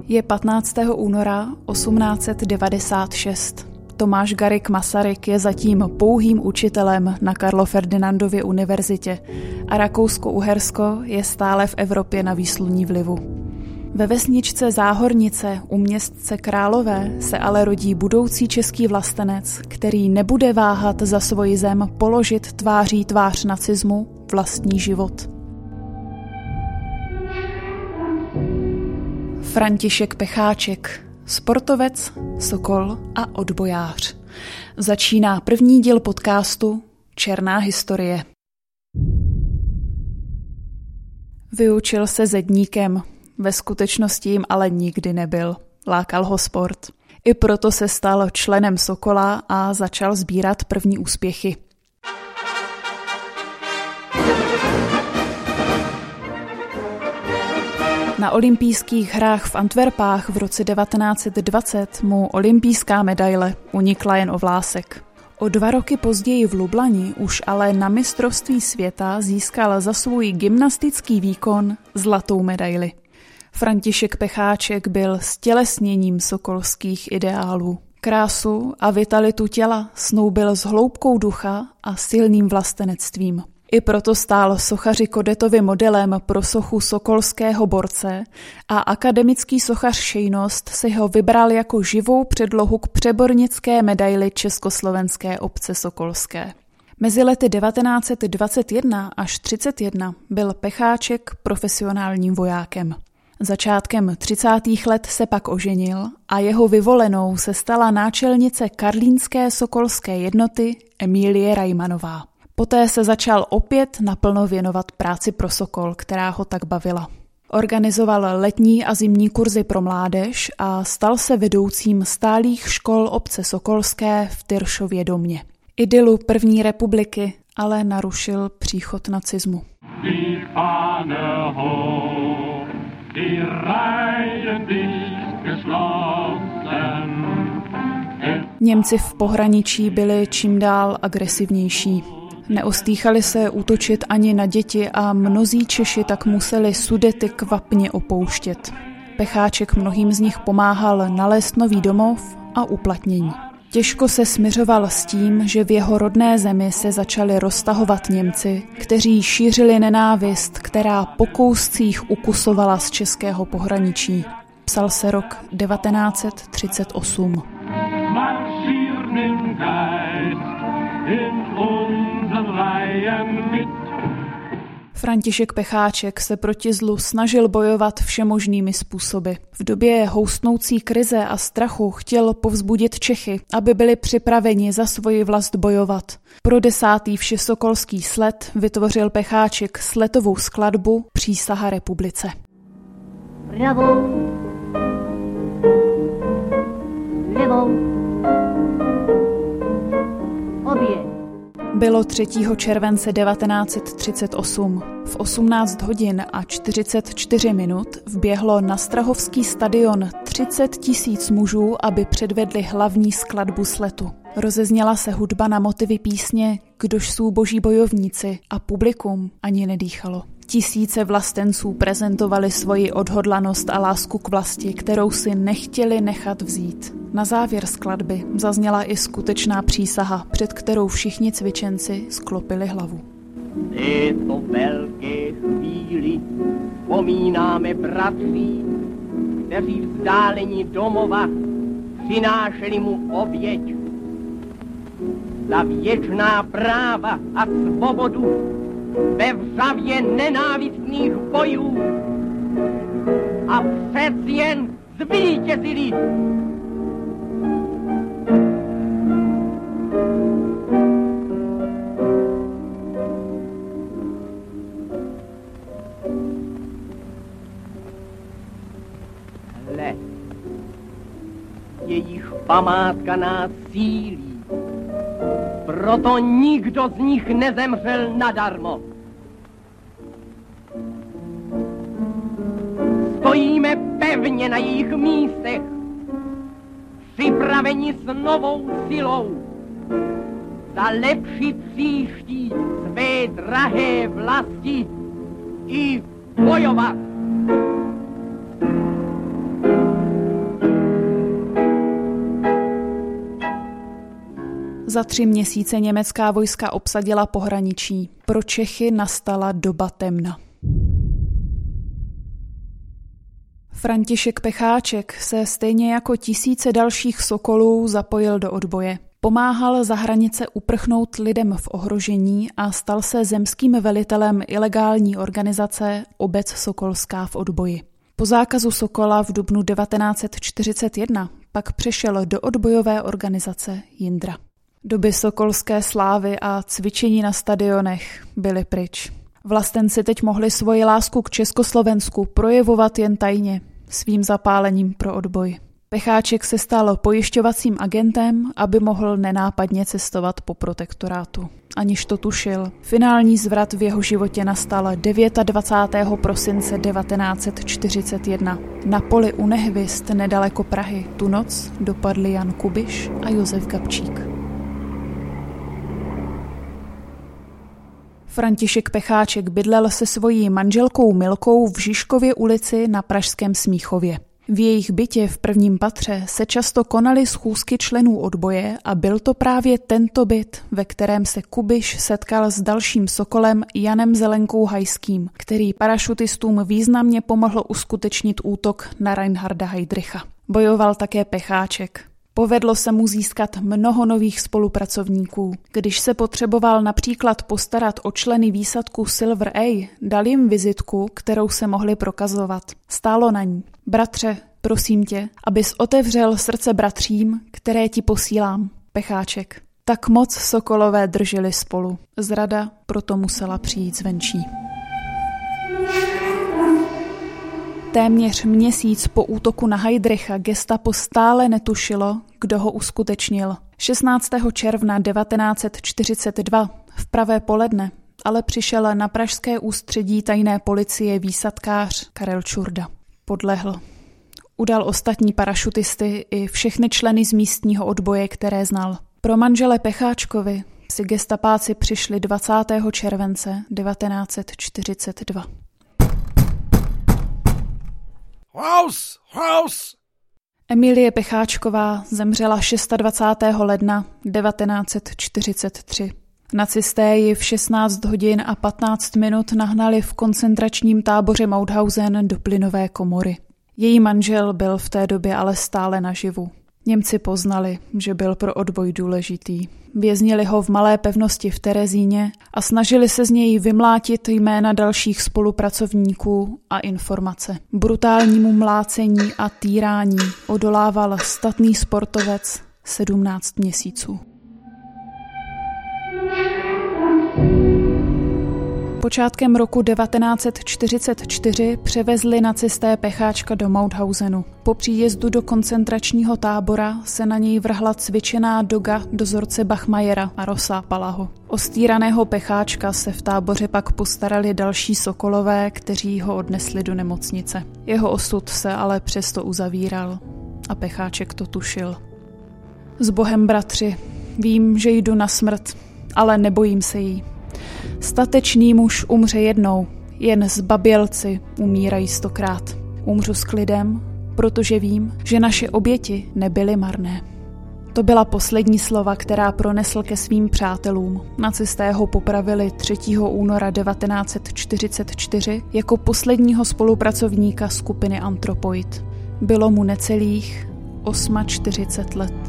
Je 15. února 1896. Tomáš Garrigue Masaryk je zatím pouhým učitelem na Karlo Ferdinandově univerzitě a Rakousko-Uhersko je stále v Evropě na výsluní vlivu. Ve vesničce Záhornice u městce Králové se ale rodí budoucí český vlastenec, který nebude váhat za svoji zem položit tváří tvář nacismu vlastní život. František Pecháček, sportovec, sokol a odbojář. Začíná první díl podcastu Černá historie. Vyučil se zedníkem, ve skutečnosti jim ale nikdy nebyl. Lákal ho sport. I proto se stal členem Sokola a začal sbírat první úspěchy. Na olympijských hrách v Antwerpách v roce 1920 mu olympijská medaile unikla jen o vlásek. O 2 roky později v Lublani už ale na mistrovství světa získal za svůj gymnastický výkon zlatou medaili. František Pecháček byl stělesněním sokolských ideálů. Krásu a vitalitu těla snoubil s hloubkou ducha a silným vlastenectvím. I proto stál sochaři Kodetovi modelem pro sochu sokolského borce a akademický sochař Šejnost si ho vybral jako živou předlohu k přebornické medaili Československé obce sokolské. Mezi lety 1921 až 1931 byl Pecháček profesionálním vojákem. Začátkem 30. let se pak oženil a jeho vyvolenou se stala náčelnice karlínské sokolské jednoty Emílie Rajmanová. Poté se začal opět naplno věnovat práci pro Sokol, která ho tak bavila. Organizoval letní a zimní kurzy pro mládež a stal se vedoucím stálých škol obce sokolské v Tyršově domě. Idylu první republiky ale narušil příchod nacismu. Němci v pohraničí byli čím dál agresivnější. Neostýchali se útočit ani na děti a mnozí Češi tak museli Sudety kvapně opouštět. Pecháček mnohým z nich pomáhal nalézt nový domov a uplatnění. Těžko se smiřoval s tím, že v jeho rodné zemi se začali roztahovat Němci, kteří šířili nenávist, která po kouscích ukusovala z českého pohraničí. Psal se rok 1938. František Pecháček se proti zlu snažil bojovat všemožnými způsoby. V době houstnoucí krize a strachu chtěl povzbudit Čechy, aby byli připraveni za svoji vlast bojovat. Pro 10. všesokolský slet vytvořil Pecháček sletovou skladbu Přísaha republice. Pravou, levou, obě. Bylo 3. července 1938. V 18 hodin a 44 minut vběhlo na Strahovský stadion 30 000 mužů, aby předvedli hlavní skladbu sletu. Rozezněla se hudba na motivy písně Kdož jsou boží bojovníci a publikum ani nedýchalo. Tisíce vlastenců prezentovali svoji odhodlanost a lásku k vlasti, kterou si nechtěli nechat vzít. Na závěr skladby zazněla i skutečná přísaha, před kterou všichni cvičenci sklopili hlavu. V této velké chvíli vzpomínáme bratří, kteří vzdálení domova přinášeli mu oběť za věčná práva a svobodu ve vřavě nenávistných bojů a přeci jen zvítězili. Hle, jejich památka nás sílí, proto nikdo z nich nezemřel nadarmo. Stojíme pevně na jejich místech, připraveni s novou silou za lepší příští své drahé vlasti i bojovat. Za 3 měsíce německá vojska obsadila pohraničí. Pro Čechy nastala doba temna. František Pecháček se stejně jako tisíce dalších sokolů zapojil do odboje. Pomáhal za hranice uprchnout lidem v ohrožení a stal se zemským velitelem ilegální organizace Obec sokolská v odboji. Po zákazu Sokola v dubnu 1941 pak přešel do odbojové organizace Jindra. Doby sokolské slávy a cvičení na stadionech byly pryč. Vlastenci teď mohli svoji lásku k Československu projevovat jen tajně, svým zapálením pro odboj. Pecháček se stal pojišťovacím agentem, aby mohl nenápadně cestovat po protektorátu. Aniž to tušil, finální zvrat v jeho životě nastal 29. prosince 1941. Na poli u Nehvězd nedaleko Prahy tu noc dopadli Jan Kubiš a Josef Gabčík. František Pecháček bydlel se svojí manželkou Milkou v Žižkově ulici na pražském Smíchově. V jejich bytě v prvním patře se často konaly schůzky členů odboje a byl to právě tento byt, ve kterém se Kubiš setkal s dalším sokolem Janem Zelenkou Hajským, který parašutistům významně pomohl uskutečnit útok na Reinharda Heydricha. Bojoval také Pecháček. Povedlo se mu získat mnoho nových spolupracovníků. Když se potřeboval například postarat o členy výsadku Silver A, dal jim vizitku, kterou se mohli prokazovat. Stálo na ní: bratře, prosím tě, abys otevřel srdce bratřím, které ti posílám. Pecháček. Tak moc sokolové drželi spolu. Zrada proto musela přijít zvenčí. Téměř měsíc po útoku na Heydricha gestapo stále netušilo, kdo ho uskutečnil. 16. června 1942 v pravé poledne ale přišel na pražské ústředí tajné policie výsadkář Karel Čurda. Podlehl. Udal ostatní parašutisty i všechny členy z místního odboje, které znal. Pro manžele Pecháčkovi si gestapáci přišli 20. července 1942. Raus! Emilie Pecháčková zemřela 26. ledna 1943. Nacisté ji v 16 hodin a 15 minut nahnali v koncentračním táboře Mauthausen do plynové komory. Její manžel byl v té době ale stále naživu. Němci poznali, že byl pro odboj důležitý. Věznili ho v malé pevnosti v Terezíně a snažili se z něj vymlátit jména dalších spolupracovníků a informace. Brutálnímu mlácení a týrání odolával statný sportovec 17 měsíců. Počátkem roku 1944 převezli nacisté Pecháčka do Mauthausenu. Po příjezdu do koncentračního tábora se na něj vrhla cvičená doga dozorce Bachmajera a rozsápala ho. O stýraného Pecháčka se v táboře pak postarali další sokolové, kteří ho odnesli do nemocnice. Jeho osud se ale přesto uzavíral a Pecháček to tušil. S Bohem, bratři, vím, že jdu na smrt, ale nebojím se jí. Statečný muž umře jednou, jen zbabělci umírají 100krát. Umřu s klidem, protože vím, že naše oběti nebyly marné. To byla poslední slova, která pronesl ke svým přátelům. Nacisté ho popravili 3. února 1944 jako posledního spolupracovníka skupiny Anthropoid. Bylo mu necelých 48 let.